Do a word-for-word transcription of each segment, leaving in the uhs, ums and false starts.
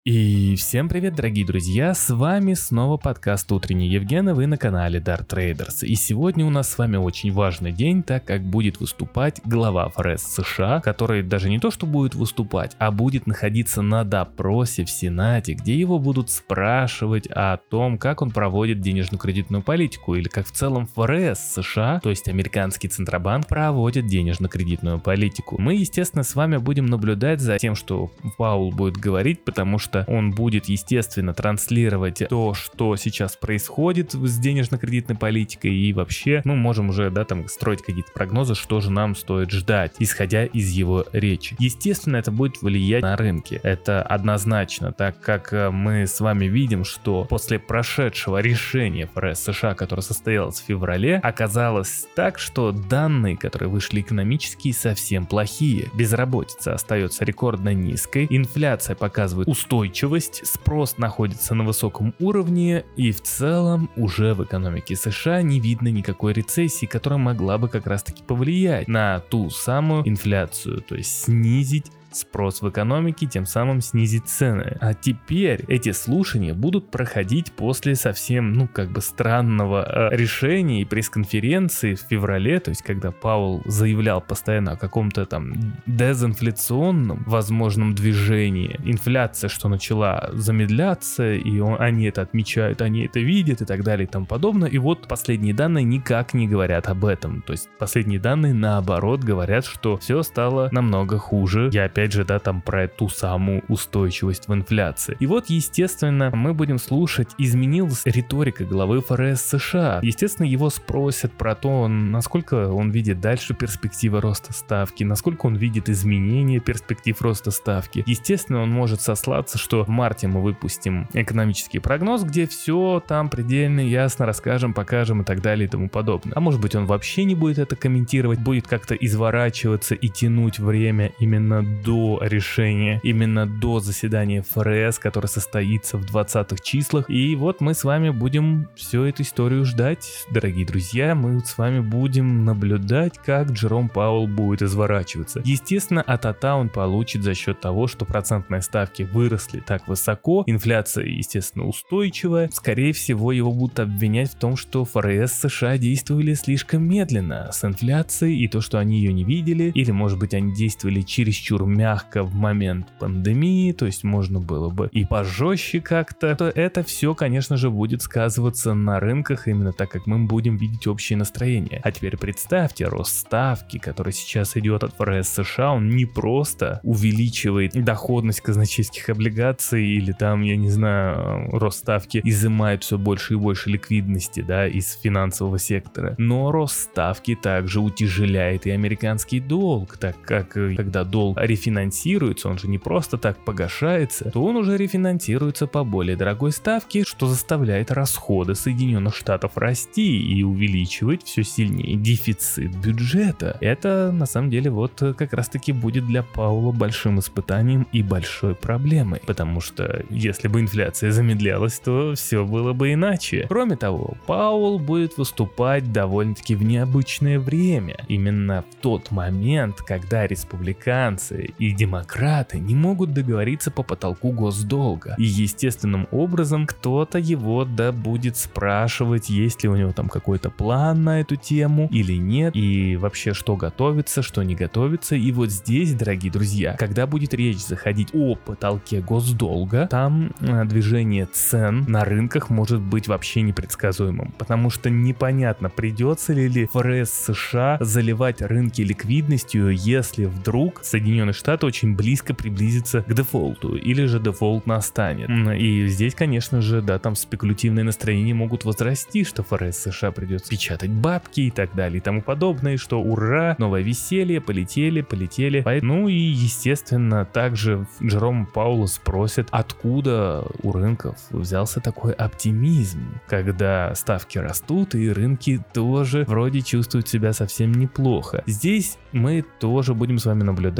И всем привет, дорогие друзья, с вами снова подкаст «Утренний Евген», и вы на канале Dart Traders. И сегодня у нас с вами очень важный день, так как будет выступать глава эф эр эс США, который даже не то что будет выступать, а будет находиться на допросе в Сенате, где его будут спрашивать о том, как он проводит денежно-кредитную политику, или как в целом эф эр эс США, то есть американский Центробанк, проводит денежно-кредитную политику. Мы, естественно, с вами будем наблюдать за тем, что Паул будет говорить, потому что он будет, естественно, транслировать то, что сейчас происходит с денежно-кредитной политикой, и вообще мы можем уже, да, там строить какие-то прогнозы, что же нам стоит ждать, исходя из его речи. Естественно, это будет влиять на рынки, это однозначно, так как мы с вами видим, что после прошедшего решения эф эр эс США, которое состоялось в феврале, оказалось так, что данные, которые вышли экономические, совсем плохие. Безработица остается рекордно низкой, инфляция показывает устойчивость, Устойчивость, спрос находится на высоком уровне, и в целом уже в экономике США не видно никакой рецессии, которая могла бы как раз таки повлиять на ту самую инфляцию, то есть снизить спрос в экономике, тем самым снизить цены. А теперь эти слушания будут проходить после совсем, ну, как бы странного э, решения и пресс-конференции в феврале, то есть когда Паул заявлял постоянно о каком-то там дезинфляционном возможном движении. Инфляция, что начала замедляться, и он, они это отмечают, они это видят и так далее и тому подобное. И вот последние данные никак не говорят об этом. То есть последние данные наоборот говорят, что все стало намного хуже. Я опять Опять же, да, там про ту самую устойчивость в инфляции. И вот, естественно, мы будем слушать, изменилась риторика главы эф эр эс США. Естественно, его спросят про то, насколько он видит дальше перспективы роста ставки, насколько он видит изменения перспектив роста ставки. Естественно, он может сослаться, что в марте мы выпустим экономический прогноз, где все там предельно ясно расскажем, покажем и так далее и тому подобное. А может быть, он вообще не будет это комментировать, будет как-то изворачиваться и тянуть время именно до до решения, именно до заседания эф эр эс, которое состоится в двадцатых числах. И вот мы с вами будем всю эту историю ждать, дорогие друзья. Мы с вами будем наблюдать, как Джером Паул будет изворачиваться. Естественно, а-та-та он получит за счет того, что процентные ставки выросли так высоко, инфляция, естественно, устойчивая. Скорее всего, его будут обвинять в том, что эф эр эс США действовали слишком медленно с инфляцией, и то, что они ее не видели, или, может быть, они действовали чересчур мягко в момент пандемии, то есть можно было бы и пожестче как-то, то это все, конечно же, будет сказываться на рынках, именно так как мы будем видеть общее настроение. А теперь представьте, рост ставки, который сейчас идет от эф эр эс США, он не просто увеличивает доходность казначейских облигаций или там, я не знаю, рост ставки изымает все больше и больше ликвидности, да, из финансового сектора, но рост ставки также утяжеляет и американский долг, так как когда долг рефинансируется, он же не просто так погашается, то он уже рефинансируется по более дорогой ставке, что заставляет расходы Соединенных Штатов расти и увеличивать все сильнее дефицит бюджета. Это на самом деле вот как раз таки будет для Паула большим испытанием и большой проблемой, потому что если бы инфляция замедлялась, то все было бы иначе. Кроме того, Паул будет выступать довольно-таки в необычное время, именно в тот момент, когда республиканцы и демократы не могут договориться по потолку госдолга. И естественным образом кто-то его да будет спрашивать, есть ли у него там какой-то план на эту тему или нет, и вообще что готовится, что не готовится. И вот здесь, дорогие друзья, когда будет речь заходить о потолке госдолга, там э, движение цен на рынках может быть вообще непредсказуемым, потому что непонятно, придется ли эф эр эс США заливать рынки ликвидностью, если вдруг Соединенные Штаты очень близко приблизится к дефолту, или же дефолт настанет. И здесь, конечно же, да, там спекулятивные настроения могут возрасти, что эф эр эс США придется печатать бабки и так далее и тому подобное, что ура, новое веселье, полетели, полетели. Ну и, естественно, также Джерома Паула спросят, откуда у рынков взялся такой оптимизм, когда ставки растут и рынки тоже вроде чувствуют себя совсем неплохо. Здесь мы тоже будем с вами наблюдать как раз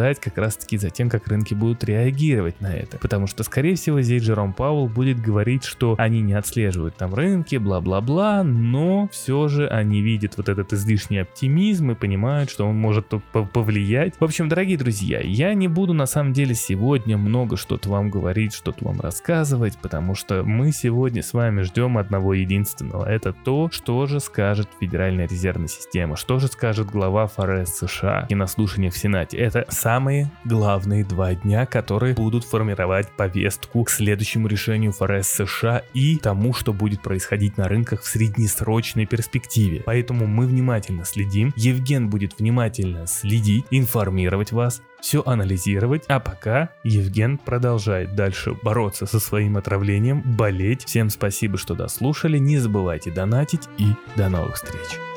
раз таки за тем, как рынки будут реагировать на это. Потому что, скорее всего, здесь Джером Пауэлл будет говорить, что они не отслеживают там рынки, бла-бла-бла, но все же они видят вот этот излишний оптимизм и понимают, что он может повлиять. В общем, дорогие друзья, я не буду на самом деле сегодня много что-то вам говорить, что-то вам рассказывать, потому что мы сегодня с вами ждем одного единственного. Это то, что же скажет Федеральная резервная система, что же скажет глава эф ар эс США и на слушаниях в Сенате. Это самые главные два дня, которые будут формировать повестку к следующему решению эф ар эс США и тому, что будет происходить на рынках в среднесрочной перспективе. Поэтому мы внимательно следим. Евген будет внимательно следить, информировать вас, все анализировать. А пока Евген продолжает дальше бороться со своим отравлением, болеть. Всем спасибо, что дослушали. Не забывайте донатить и до новых встреч.